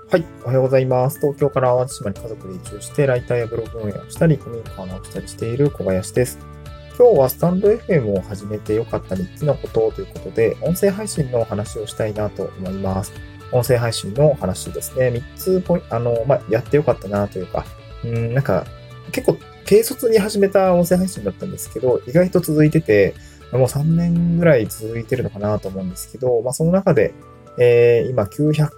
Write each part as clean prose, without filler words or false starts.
はい、おはようございます。東京から淡路島に家族で移住して、ライターやブログ運営をしたり、古民家を直したりしている小林です。今日はスタンド FM を始めてよかった3つのことということで、音声配信の話をしたいなと思います。音声配信の話ですね。3つやってよかったなというか、結構軽率に始めた音声配信だったんですけど、意外と続いてて、もう3年ぐらい続いてるのかなと思うんですけど、その中で今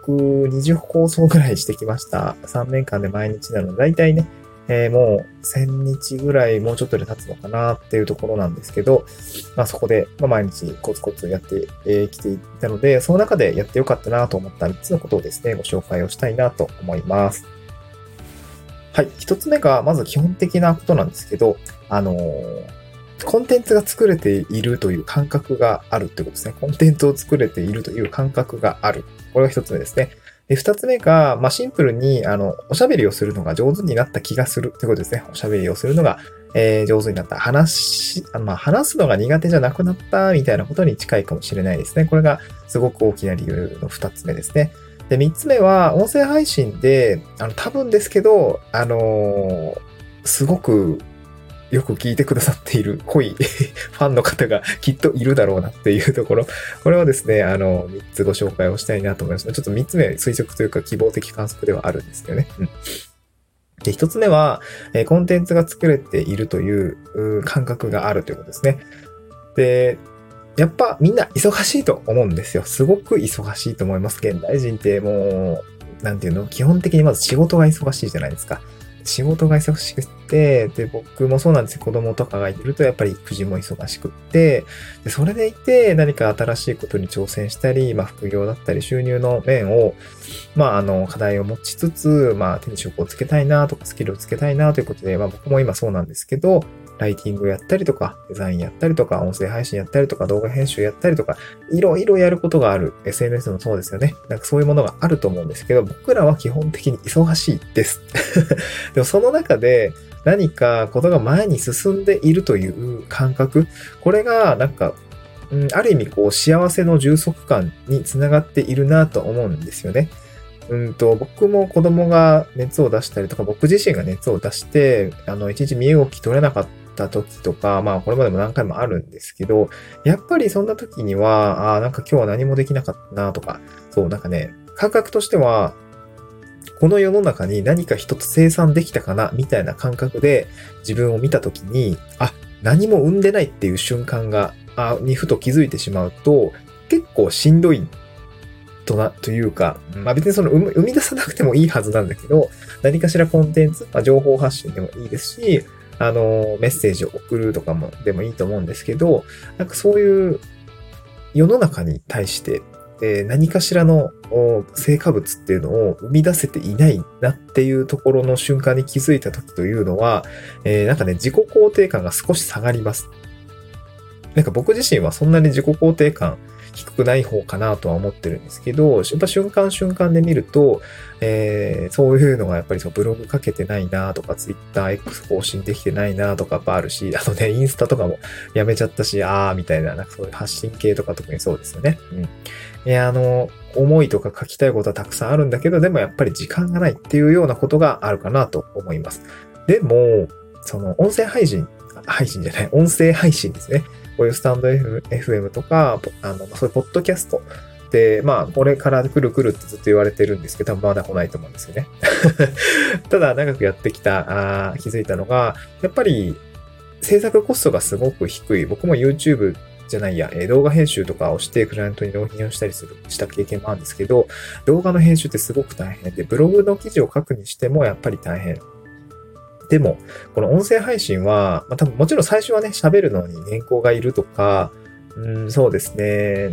920放送ぐらいしてきました。3年間で毎日なので、だいたいね、もう1000日ぐらいもうちょっとで経つのかなっていうところなんですけど、そこで、毎日コツコツやってきていったので、その中でやってよかったなと思った3つのことをですね、ご紹介をしたいなと思います。はい。1つ目が、まず基本的なことなんですけど、コンテンツが作れているという感覚があるってことですね。コンテンツを作れているという感覚がある。これが一つ目ですね。で、二つ目が、シンプルに、おしゃべりをするのが上手になった気がするということですね。おしゃべりをするのが、上手になった。話すのが苦手じゃなくなったみたいなことに近いかもしれないですね。これがすごく大きな理由の二つ目ですね。で、三つ目は、音声配信で、多分ですけど、すごくよく聞いてくださっている濃いファンの方がきっといるだろうなっていうところ。これをですね、3つご紹介をしたいなと思います。ちょっと3つ目推測というか希望的観測ではあるんですけどね。で、1つ目は、コンテンツが作れているという感覚があるということですね。で、やっぱみんな忙しいと思うんですよ。すごく忙しいと思います。現代人ってもう、基本的にまず仕事が忙しいじゃないですか。仕事が忙しくって、で、僕もそうなんですよ。子供とかがいると、やっぱり育児も忙しくって、で、それでいて、何か新しいことに挑戦したり、副業だったり、収入の面を、課題を持ちつつ、手に職をつけたいなとか、スキルをつけたいなということで、僕も今そうなんですけど、ライティングやったりとか、デザインやったりとか、音声配信やったりとか、動画編集やったりとか、いろいろやることがある。SNS もそうですよね。そういうものがあると思うんですけど、僕らは基本的に忙しいです。でもその中で何かことが前に進んでいるという感覚、これがある意味幸せの充足感につながっているなと思うんですよね。僕も子供が熱を出したりとか、僕自身が熱を出して、一日身動き取れなかった時とか、これまでも何回もあるんですけど、やっぱりそんな時には、今日は何もできなかったなとか、感覚としては、この世の中に何か一つ生産できたかな、みたいな感覚で自分を見た時に、何も生んでないっていう瞬間にふと気づいてしまうと、結構しんどいというか、別に生み出さなくてもいいはずなんだけど、何かしらコンテンツ、情報発信でもいいですし、メッセージを送るとかでもいいと思うんですけど、そういう世の中に対して、何かしらの成果物っていうのを生み出せていないなっていうところの瞬間に気づいた時というのは、自己肯定感が少し下がります。僕自身はそんなに自己肯定感低くない方かなとは思ってるんですけど、やっぱ瞬間瞬間で見ると、そういうのがやっぱりブログ書けてないなとか、ツイッター X 更新できてないなとかやっぱあるし、インスタとかもやめちゃったし、みたいな、そういう発信系とか特にそうですよね。いや、思いとか書きたいことはたくさんあるんだけど、でもやっぱり時間がないっていうようなことがあるかなと思います。でも、音声配信ですね。こういうスタンド FM とか、そういうポッドキャストで、これから来るってずっと言われてるんですけど、まだ来ないと思うんですよね。ただ、長くやってきた、気づいたのが、やっぱり、制作コストがすごく低い。僕も YouTube じゃないや、動画編集とかをしてクライアントに納品をした経験もあるんですけど、動画の編集ってすごく大変で、ブログの記事を書くにしてもやっぱり大変。でも、この音声配信は、多分もちろん最初はね、喋るのに原稿がいるとか、そうですね、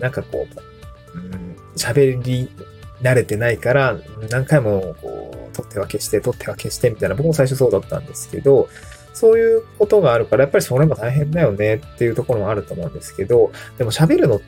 喋り慣れてないから、何回も取っては消してみたいな、僕も最初そうだったんですけど、そういうことがあるから、やっぱりそれも大変だよねっていうところもあると思うんですけど、でも喋るのって、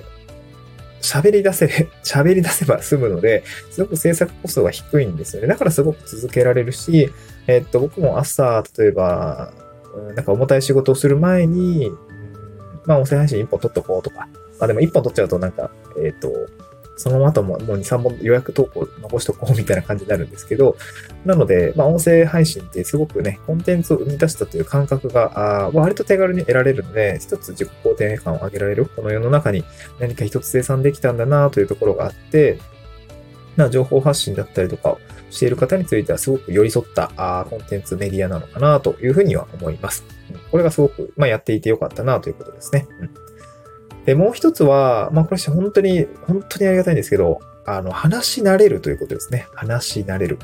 喋り出せば済むので、すごく制作コストが低いんですよね。だからすごく続けられるし、僕も朝、例えば、重たい仕事をする前に、音声配信一本撮っとこうとか、でも一本撮っちゃうとその後も2、3本予約投稿残しとこうみたいな感じになるんですけど、なので、音声配信ってすごくね、コンテンツを生み出したという感覚が、割と手軽に得られるので、一つ自己肯定感を上げられる、この世の中に何か一つ生産できたんだなというところがあって、情報発信だったりとかをしている方についてはすごく寄り添ったコンテンツメディアなのかなというふうには思います。これがすごく、やっていてよかったなということですね。で、もう一つは、これ本当にありがたいんですけど、話し慣れるということですね。話し慣れる。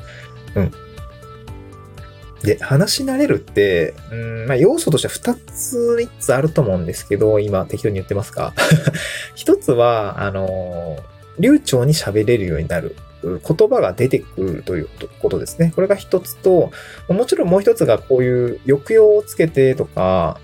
で、話し慣れるって、要素としては2つ、3つあると思うんですけど、今適当に言ってますか？一つは、流暢に喋れるようになる。言葉が出てくるということですね。これが一つと、もちろんもう一つがこういう抑揚をつけてとか、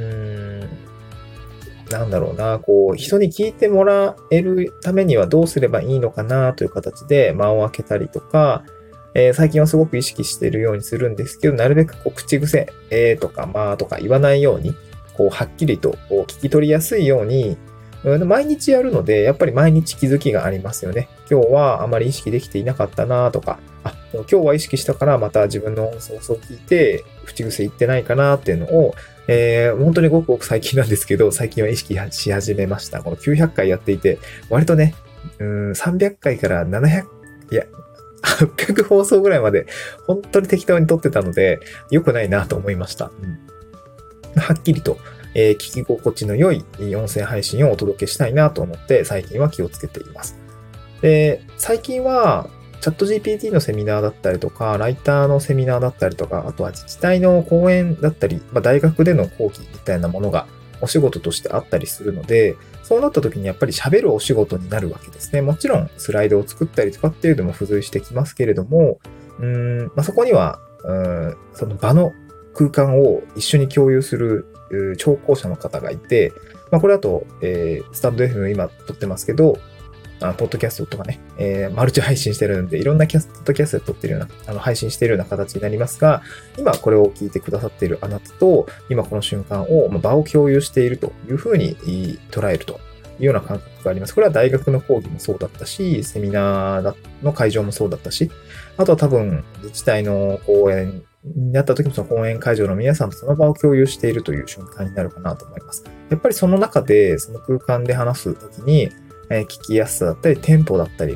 人に聞いてもらえるためにはどうすればいいのかなという形で間を空けたりとか、最近はすごく意識しているようにするんですけど、なるべく口癖、とかとか言わないように、はっきりと聞き取りやすいように、毎日やるので、やっぱり毎日気づきがありますよね。今日はあまり意識できていなかったなとか、今日は意識したからまた自分の放送を聞いて、口癖言ってないかなっていうのを、本当にごくごく最近なんですけど、最近は意識し始めました。この900回やっていて、割とね、300回から700、800放送ぐらいまで本当に適当に撮ってたので、良くないなと思いました。はっきりと、聞き心地の良い音声配信をお届けしたいなと思って最近は気をつけています。で、最近はチャット GPT のセミナーだったりとか、ライターのセミナーだったりとか、あとは自治体の講演だったり、大学での講義みたいなものがお仕事としてあったりするので、そうなった時にやっぱり喋るお仕事になるわけですね。もちろんスライドを作ったりとかっていうのも付随してきますけれども、そこには、その場の空間を一緒に共有する聴講者の方がいて、これだと、スタンド FM 今撮ってますけど、ポッドキャストとかね、マルチ配信してるんで、いろんなポッドキャストで撮ってるような、配信しているような形になりますが、今これを聞いてくださっているあなたと、今この瞬間を、場を共有しているというふうに捉えるというような感覚があります。これは大学の講義もそうだったし、セミナーの会場もそうだったし、あとは多分自治体の講演になった時もその講演会場の皆さんとその場を共有しているという瞬間になるかなと思います。やっぱりその中で、その空間で話す時に、聞きやすさだったり、テンポだったり、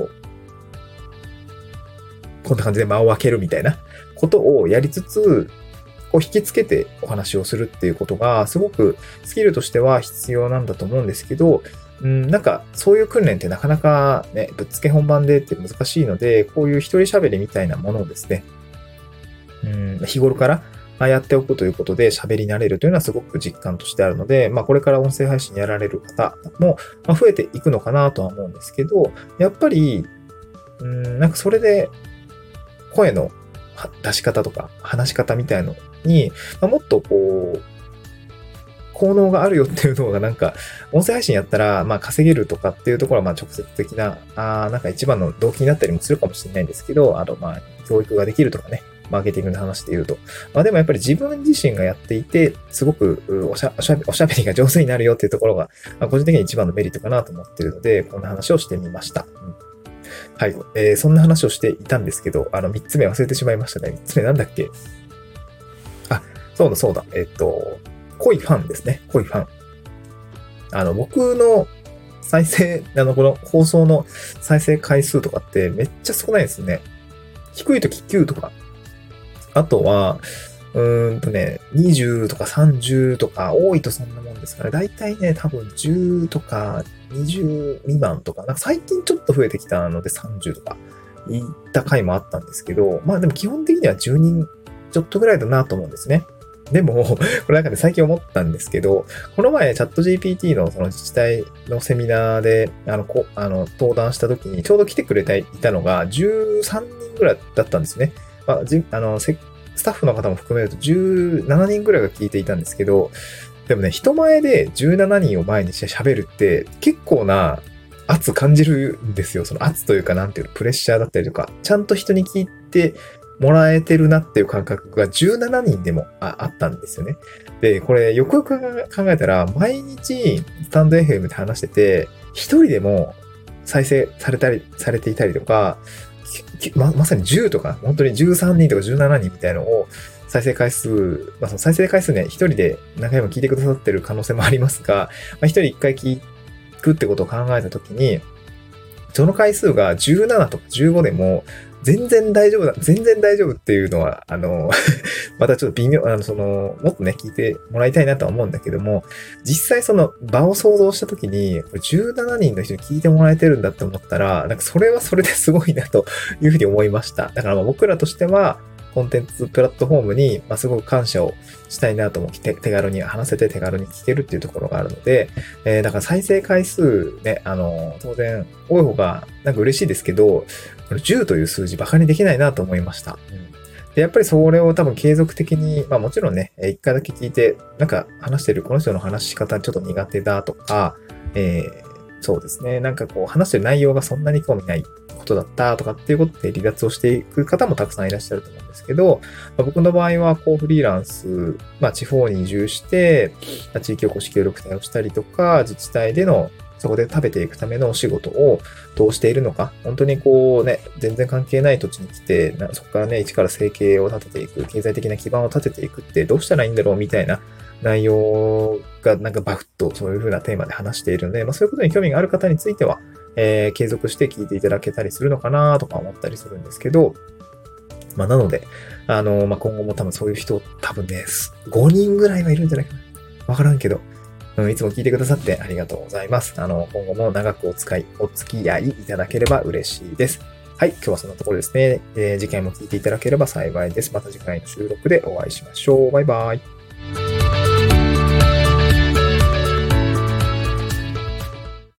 こんな感じで間を空けるみたいなことをやりつつ、引きつけてお話をするっていうことが、すごくスキルとしては必要なんだと思うんですけど、そういう訓練ってなかなかね、ぶっつけ本番でって難しいので、こういう一人喋りみたいなものをですね、日頃からやっておくということで喋り慣れるというのはすごく実感としてあるので、これから音声配信やられる方も増えていくのかなとは思うんですけど、やっぱり、それで声の出し方とか話し方みたいのに、もっと効能があるよっていうのが音声配信やったら、稼げるとかっていうところは、直接的な、一番の動機になったりもするかもしれないんですけど、教育ができるとかね、マーケティングの話で言うと。でもやっぱり自分自身がやっていて、すごくおしゃべりが上手になるよっていうところが、個人的に一番のメリットかなと思っているので、こんな話をしてみました。はい。そんな話をしていたんですけど、3つ目忘れてしまいましたね。3つ目なんだっけ？そうだ。濃いファンですね。濃いファン。僕の再生、この放送の再生回数とかってめっちゃ少ないですね。低いとき9とか。あとは、20とか30とか、多いとそんなもんですから、だいたいね、多分10とか20未満とか、最近ちょっと増えてきたので30とか、いった回もあったんですけど、でも基本的には10人ちょっとぐらいだなと思うんですね。でも、これ最近思ったんですけど、この前チャット GPT のその自治体のセミナーで、登壇した時にちょうど来てくれていたのが13人ぐらいだったんですね。スタッフの方も含めると17人ぐらいが聞いていたんですけど、でもね、人前で17人を前にして喋るって結構な圧感じるんですよ。その圧というかプレッシャーだったりとか、ちゃんと人に聞いてもらえてるなっていう感覚が17人でもあったんですよね。で、これよくよく考えたら、毎日スタンド FM で話してて、一人でも再生されていたりとか、まさに10とか、本当に13人とか17人みたいなのを、再生回数、その再生回数ね、一人で何回も聞いてくださってる可能性もありますが、一人一回聞くってことを考えたときに、その回数が17とか15でも、全然大丈夫っていうのは、またちょっと微妙、もっとね、聞いてもらいたいなとは思うんだけども、実際その場を想像したときに、17人の人に聞いてもらえてるんだって思ったら、なんかそれはそれですごいなというふうに思いました。だから僕らとしては、コンテンツプラットフォームに、すごく感謝をしたいなと思って、手軽に話せて手軽に聞けるっていうところがあるので、だから再生回数ね、当然多い方がなんか嬉しいですけど、これ10という数字バカにできないなと思いました。で、やっぱりそれを多分継続的に、もちろんね、一回だけ聞いて、なんか話してるこの人の話し方ちょっと苦手だとか、そうですね。なんかこう話してる内容がそんなに興味ないことだったとかっていうことで離脱をしていく方もたくさんいらっしゃると思うんですけど、僕の場合はこうフリーランス、地方に移住して、地域おこし協力隊をしたりとか、自治体でのそこで食べていくためのお仕事をどうしているのか、本当にこうね、全然関係ない土地に来て、そこからね、一から生計を立てていく、経済的な基盤を立てていくってどうしたらいいんだろうみたいな内容がなんかバフッとそういう風なテーマで話しているので、そういうことに興味がある方については、継続して聞いていただけたりするのかなとか思ったりするんですけど、なので、今後も多分そういう人多分ね、5人ぐらいはいるんじゃないかな。わからんけど、いつも聞いてくださってありがとうございます。今後も長くお付き合いいただければ嬉しいです。はい、今日はそんなところですね。次回も聞いていただければ幸いです。また次回の収録でお会いしましょう。バイバイ。